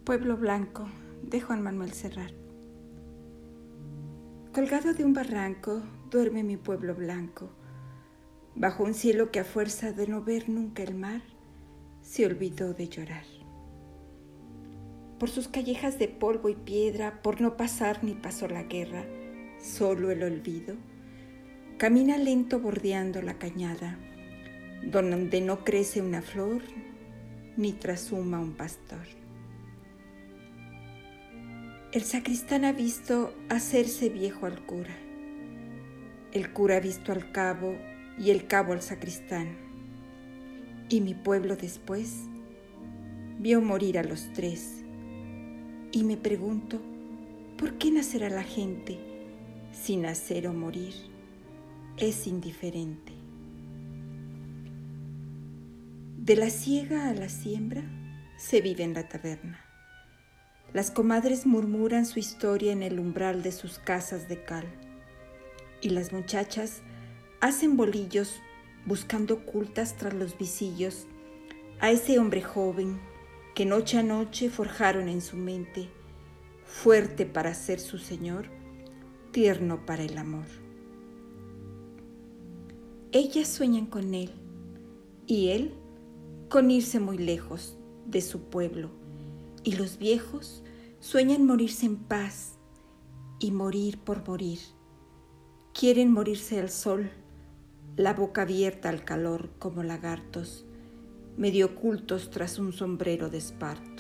Pueblo Blanco, de Juan Manuel Serrat. Colgado de un barranco duerme mi pueblo blanco, bajo un cielo que a fuerza de no ver nunca el mar, se olvidó de llorar. Por sus callejas de polvo y piedra, por no pasar ni pasó la guerra, solo el olvido, camina lento bordeando la cañada, donde no crece una flor, ni trashuma un pastor. El sacristán ha visto hacerse viejo al cura, el cura ha visto al cabo y el cabo al sacristán, y mi pueblo después vio morir a los tres, y me pregunto, ¿por qué nacerá la gente si nacer o morir es indiferente? De la siega a la siembra se vive en la taberna. Las comadres murmuran su historia en el umbral de sus casas de cal, y las muchachas hacen bolillos buscando ocultas tras los visillos a ese hombre joven que noche a noche forjaron en su mente, fuerte para ser su señor, tierno para el amor. Ellas sueñan con él, y él con irse muy lejos de su pueblo, y los viejos sueñan morirse en paz y morir por morir. Quieren morirse al sol, la boca abierta al calor como lagartos, medio ocultos tras un sombrero de esparto.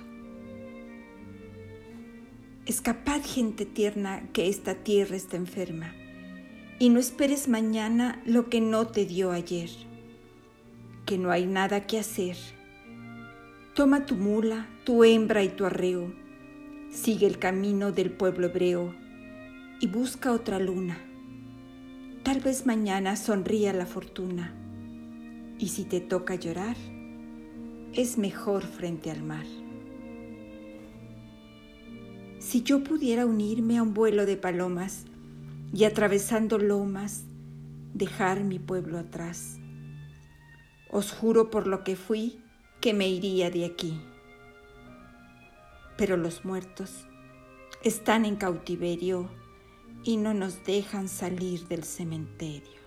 Escapad, gente tierna, que esta tierra está enferma, y no esperes mañana lo que no te dio ayer, que no hay nada que hacer. Toma tu mula, tu hembra y tu arreo, sigue el camino del pueblo hebreo y busca otra luna. Tal vez mañana sonría la fortuna, y si te toca llorar, es mejor frente al mar. Si yo pudiera unirme a un vuelo de palomas y atravesando lomas dejar mi pueblo atrás, os juro por lo que fui que me iría de aquí. Pero los muertos están en cautiverio y no nos dejan salir del cementerio.